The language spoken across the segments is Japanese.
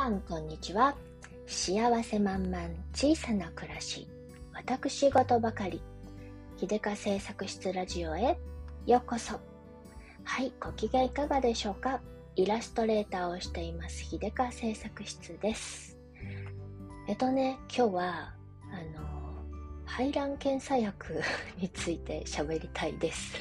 さんこんにちは。幸せ満々小さな暮らし、私事ばかり、秀香製作室ラジオへようこそ。はい、ご機嫌いかがでしょうか。イラストレーターをしています秀香製作室です。今日は排卵検査薬について喋りたいです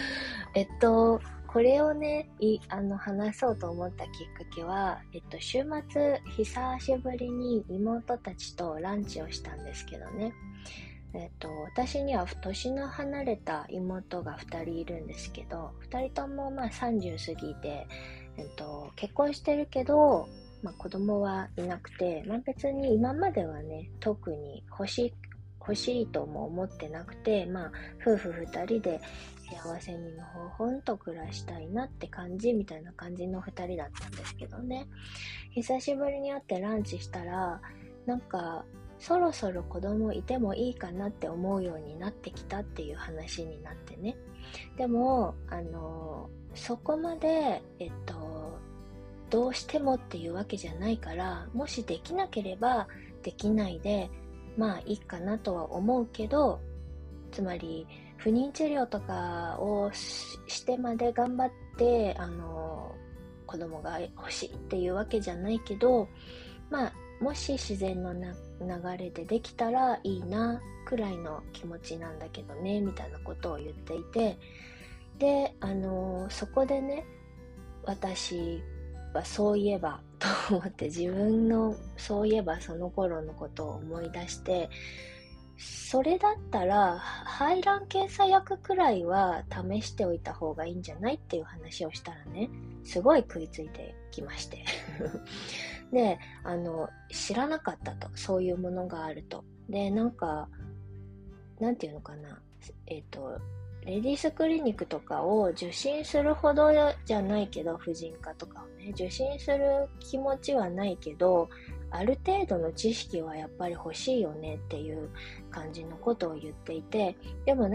これをね話そうと思ったきっかけは、週末久しぶりに妹たちとランチをしたんですけどね。私には年の離れた妹が2人いるんですけど、2人とも30過ぎて、結婚してるけど、子供はいなくて、別に今まではね特に欲しいとも思ってなくて、夫婦2人で幸せにのほほんと暮らしたいなって感じみたいな感じの2人だったんですけどね。久しぶりに会ってランチしたら、そろそろ子供いてもいいかなって思うようになってきたっていう話になってね。でもそこまでどうしてもっていうわけじゃないから、もしできなければできないでいいかなとは思うけど、つまり不妊治療とかをしてまで頑張って子供が欲しいっていうわけじゃないけど、もし自然の流れでできたらいいなくらいの気持ちなんだけどねみたいなことを言っていて、でそこでね、私はそういえばと思って、自分のそういえばその頃のことを思い出して、それだったら排卵検査薬くらいは試しておいた方がいいんじゃないっていう話をしたらね、すごい食いついてきましてで、知らなかったと、そういうものがあると。で、なんていうのかな、レディースクリニックとかを受診するほどじゃないけど、婦人科とかをね、受診する気持ちはないけど、ある程度の知識はやっぱり欲しいよねっていう感じのことを言っていて、でも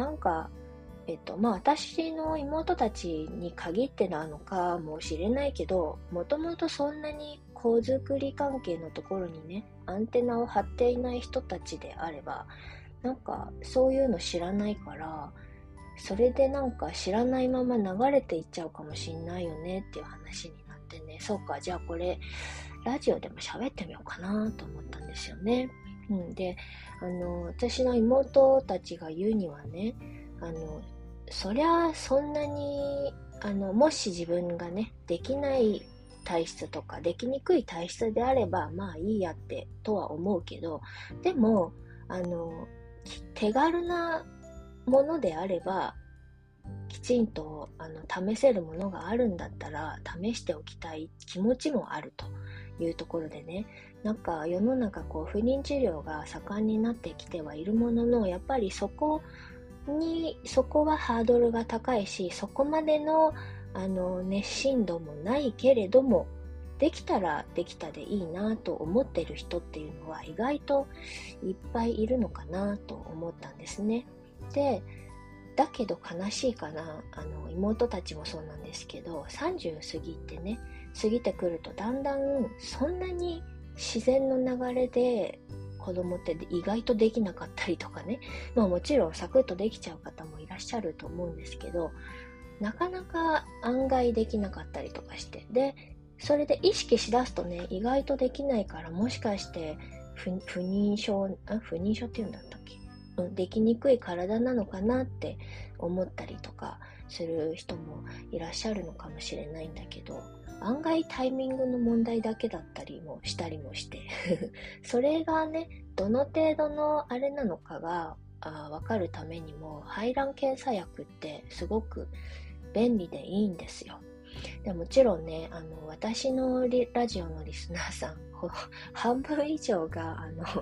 私の妹たちに限ってなのかもしれないけど、もともとそんなに子作り関係のところにね、アンテナを張っていない人たちであれば、そういうの知らないから、それで知らないまま流れていっちゃうかもしんないよねっていう話になってね、そうか、じゃあこれラジオでも喋ってみようかなと思ったんですよね。で、私の妹たちが言うにはね、そりゃそんなにもし自分がねできない体質とかできにくい体質であればいいやってとは思うけど、でも手軽なものであれば、きちんと試せるものがあるんだったら試しておきたい気持ちもあるというところでね、世の中不妊治療が盛んになってきてはいるものの、やっぱりそこはハードルが高いし、そこまでの熱心度もないけれども、できたらできたでいいなと思ってる人っていうのは意外といっぱいいるのかなと思ったんですね。で、だけど悲しいかな、妹たちもそうなんですけど、30過ぎてくるとだんだんそんなに自然の流れで子供って意外とできなかったりとかね、もちろんサクッとできちゃう方もいらっしゃると思うんですけど、なかなか案外できなかったりとかして、でそれで意識しだすとね、意外とできないから、もしかして不妊症っていうんだったっけ、できにくい体なのかなって思ったりとかする人もいらっしゃるのかもしれないんだけど、案外タイミングの問題だけだったりもしてそれがね、どの程度のあれなのかが分かるためにも、排卵検査薬ってすごく便利でいいんですよ。でもちろんね、私のラジオのリスナーさん半分以上が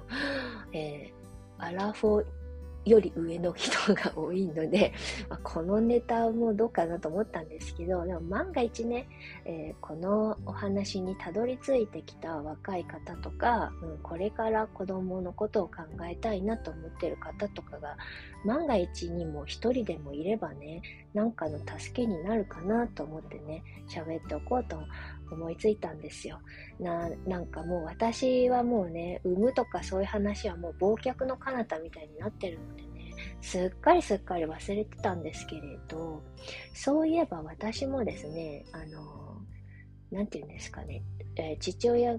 アラフォーより上の人が多いので、このネタもどうかなと思ったんですけど、でも万が一ね、このお話にたどり着いてきた若い方とか、これから子供のことを考えたいなと思ってる方とかが万が一にも一人でもいればね、なんかの助けになるかなと思ってね、喋っておこうと思いついたんですよ。なんかもう私はもうね、産むとかそういう話はもう忘却の彼方みたいになってるのでね、すっかり忘れてたんですけれど、そういえば私もですね、なんていうんですかね、父親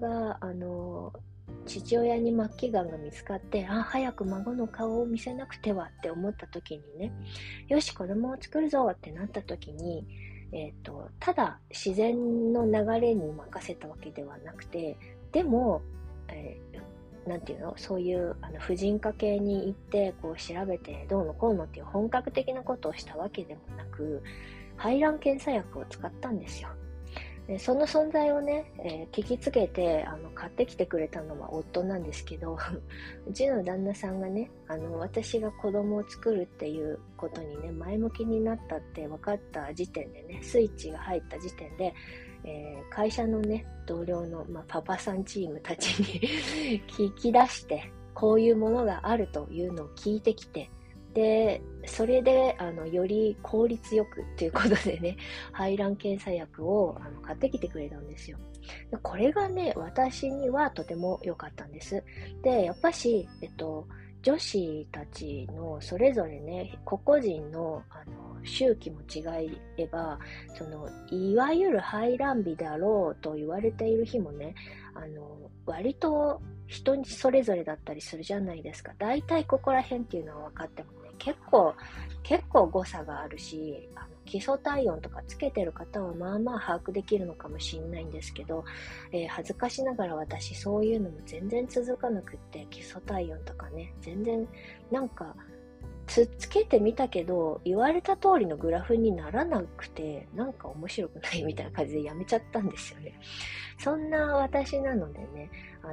に末期がんが見つかって、早く孫の顔を見せなくてはって思った時にね、よし、子供を作るぞってなった時に、ただ自然の流れに任せたわけではなくて、でも、なんていうの、そういう婦人科系に行ってこう調べてどうのこうのっていう本格的なことをしたわけでもなく、排卵検査薬を使ったんですよ。でその存在をね、聞きつけて買ってきてくれたのは夫なんですけどうちの旦那さんがね、私が子供を作るっていうことにね前向きになったって分かった時点でね、スイッチが入った時点で、会社のね同僚の、パパさんチームたちに聞き出して、こういうものがあるというのを聞いてきて、でそれでより効率よくということでね、排卵検査薬を買ってきてくれたんですよ。でこれがね、私にはとても良かったんです。でやっぱし、女子たちのそれぞれね、個々人の周期も違えば、いわゆる排卵日であろうと言われている日もね、割と人にそれぞれだったりするじゃないですか。だいたいここら辺っていうのは分かってもね、結構誤差があるし、基礎体温とかつけてる方はまあまあ把握できるのかもしれないんですけど、恥ずかしながら私そういうのも全然続かなくって、基礎体温とかね、全然なんかつけてみたけど言われた通りのグラフにならなくて、なんか面白くないみたいな感じでやめちゃったんですよね。そんな私なのでね、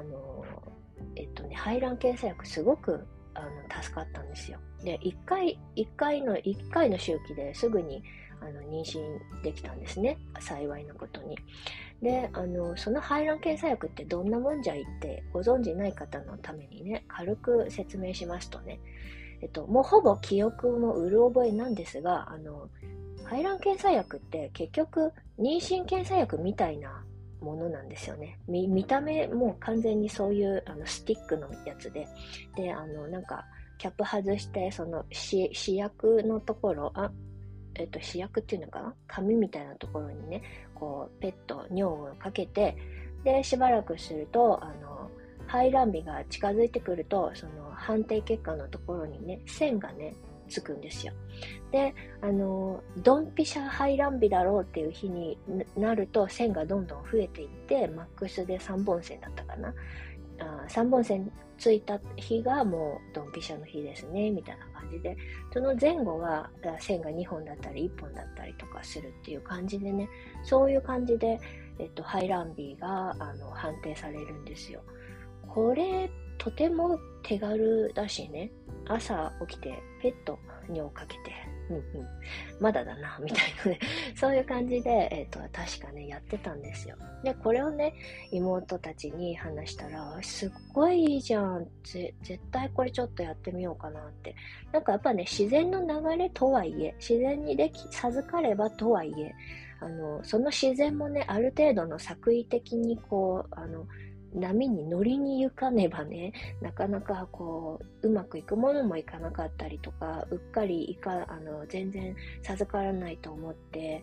排卵検査薬すごく助かったんですよ。で、1回の周期ですぐに妊娠できたんですね。幸いなことに。で、その排卵検査薬ってどんなもんじゃいってご存じない方のためにね、軽く説明しますとね、もうほぼ記憶もうる覚えなんですが、排卵検査薬って結局妊娠検査薬みたいなものなんですよね。見た目も完全にそういうスティックのやつで、なんかキャップ外して、その試薬のところ、試薬っていうのかな、紙みたいなところにね、こうペット尿をかけて、でしばらくすると排卵日が近づいてくると、その判定結果のところにね線がねつくんですよ。でドンピシャ排卵日だろうっていう日になると線がどんどん増えていって、マックスで3本線だったかな、3本線ついた日がもうドンピシャの日ですねみたいな感じで、その前後は線が2本だったり1本だったりとかするっていう感じでね、そういう感じで、排卵日が判定されるんですよ。これとても手軽だしね、朝起きてペットにをかけて、まだだなみたいなねそういう感じで、確かねやってたんですよ。でこれをね妹たちに話したら、すっごいいいじゃん、絶対これちょっとやってみようかなって。なんかやっぱね、自然の流れとはいえ、自然に授かればとはいえ、その自然もね、ある程度の作為的にこう波に乗りに行かねばね、なかなかこうまくいくものもいかなかったりとか、うっかり全然授からないと思って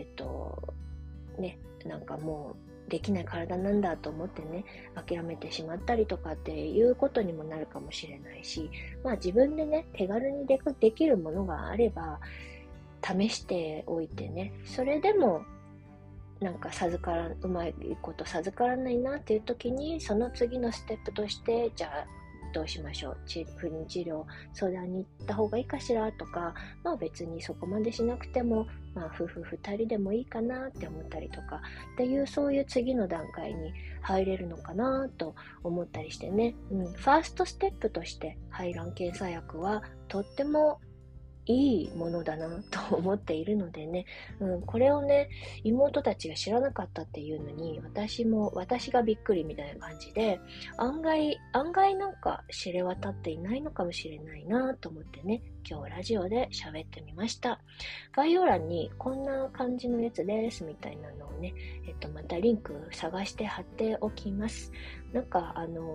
なんかもうできない体なんだと思ってね諦めてしまったりとかっていうことにもなるかもしれないし、自分でね手軽にできるものがあれば試しておいてね、それでもなんかうまいこと授からないなっていう時に、その次のステップとして、じゃあどうしましょう、不妊治療相談に行った方がいいかしらとか、別にそこまでしなくても、夫婦2人でもいいかなって思ったりとかっていう、そういう次の段階に入れるのかなと思ったりしてね、ファーストステップとして排卵検査薬はとってもいいものだなと思っているのでね、これをね、妹たちが知らなかったっていうのに、私がびっくりみたいな感じで、案外なんか知れ渡っていないのかもしれないなと思ってね、今日ラジオで喋ってみました。概要欄にこんな感じのやつですみたいなのをね、またリンク探して貼っておきます。なんか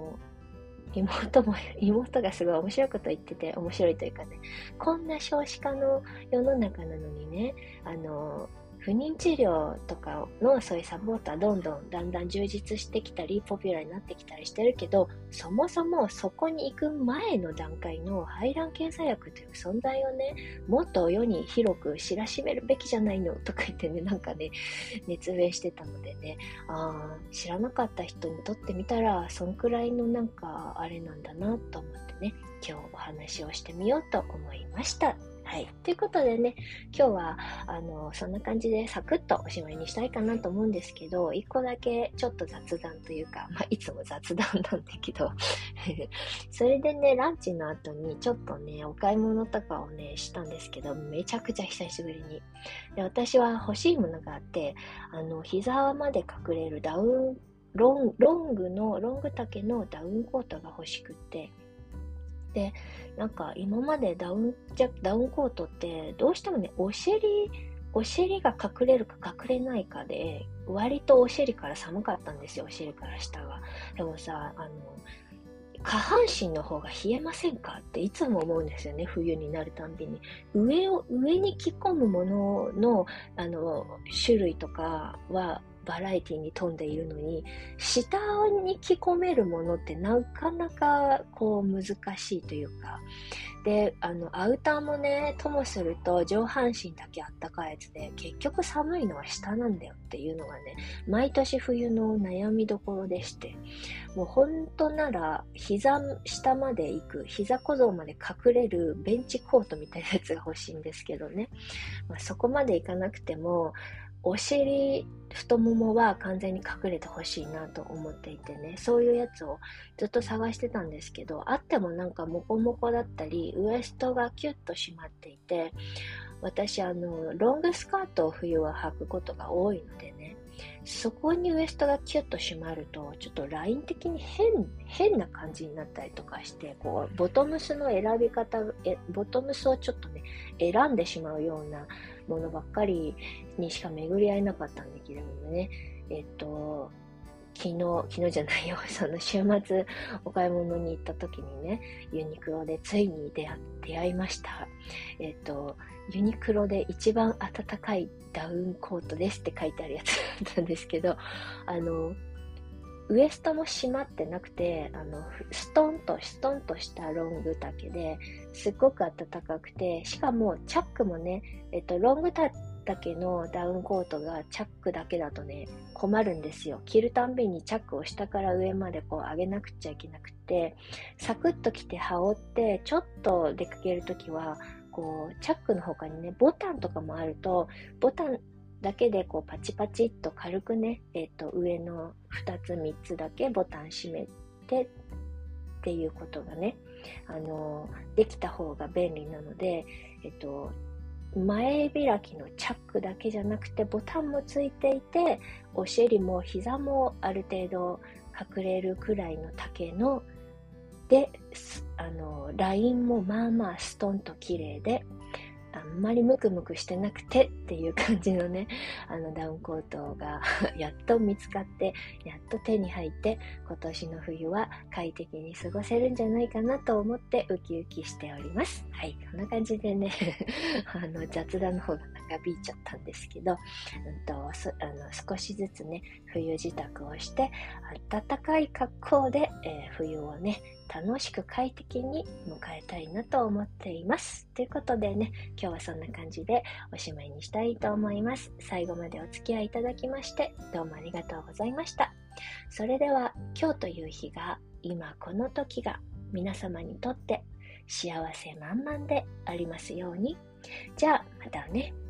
妹がすごい面白いこと言ってて、面白いというかね、こんな少子化の世の中なのにね、不妊治療とかのそういうサポートはだんだん充実してきたり、ポピュラーになってきたりしてるけど、そもそもそこに行く前の段階の排卵検査薬という存在をね、もっと世に広く知らしめるべきじゃないのとか言ってね、なんかね、熱弁してたのでね、知らなかった人にとってみたら、そんくらいのなんかあれなんだなと思ってね、今日お話をしてみようと思いました。はい。ということでね、今日は、そんな感じでサクッとおしまいにしたいかなと思うんですけど、一個だけちょっと雑談というか、いつも雑談なんだけど、それでね、ランチの後にちょっとね、お買い物とかをね、したんですけど、めちゃくちゃ久しぶりに。で、私は欲しいものがあって、膝まで隠れるロング丈のダウンコートが欲しくって、で、なんか今までダウンコートってどうしてもね、お尻が隠れるか隠れないかで、割とお尻から寒かったんですよ、お尻から下が。でもさ、下半身の方が冷えませんかっていつも思うんですよね、冬になるたんびに。上に着込むものの、種類とかは、バラエティに富んでいるのに、下に着込めるものってなかなかこう難しいというか、で、アウターもね、ともすると上半身だけあったかいやつで、結局寒いのは下なんだよっていうのがね、毎年冬の悩みどころでして、もう本当なら膝下まで行く、膝小僧まで隠れるベンチコートみたいなやつが欲しいんですけどね、そこまで行かなくても、お尻、太ももは完全に隠れてほしいなと思っていてね、そういうやつをずっと探してたんですけど、あってもなんかモコモコだったり、ウエストがキュッと締まっていて、私ロングスカートを冬は履くことが多いのでね、そこにウエストがキュッと締まると、ちょっとライン的に変な感じになったりとかして、こうボトムスの選び方、ボトムスをちょっとね、選んでしまうようなものばっかりにしか巡り合えなかったんだけれどもね、昨日じゃないよ、その週末お買い物に行った時にね、ユニクロでついに出会いました。ユニクロで一番暖かいダウンコートですって書いてあるやつだったんですけど、ウエストも締まってなくて、ストンとしたロング丈ですっごく暖かくて、しかもチャックもね、ロング丈のダウンコートがチャックだけだとね、困るんですよ。着るたんびにチャックを下から上までこう上げなくちゃいけなくて、サクッと着て羽織って、ちょっと出かけるときは、こう、チャックの他にね、ボタンとかもあると、ボタンだけでこうパチパチっと軽くね、上の2つ3つだけボタン閉めてっていうことがね、できた方が便利なので、前開きのチャックだけじゃなくてボタンもついていて、お尻も膝もある程度隠れるくらいの丈ので、ラインもまあまあストンと綺麗で、あんまりムクムクしてなくてっていう感じのね、ダウンコートがやっと見つかって、やっと手に入って、今年の冬は快適に過ごせるんじゃないかなと思ってウキウキしております。はい、こんな感じでね、雑談の方が長引いちゃったんですけど、少しずつね、冬支度をして、暖かい格好で、冬をね、楽しく快適に迎えたいなと思っています。ということでね、今日はそんな感じでおしまいにしたいと思います。最後までお付き合いいただきましてどうもありがとうございました。それでは今日という日が、今この時が皆様にとって幸せ満々でありますように。じゃあまたね。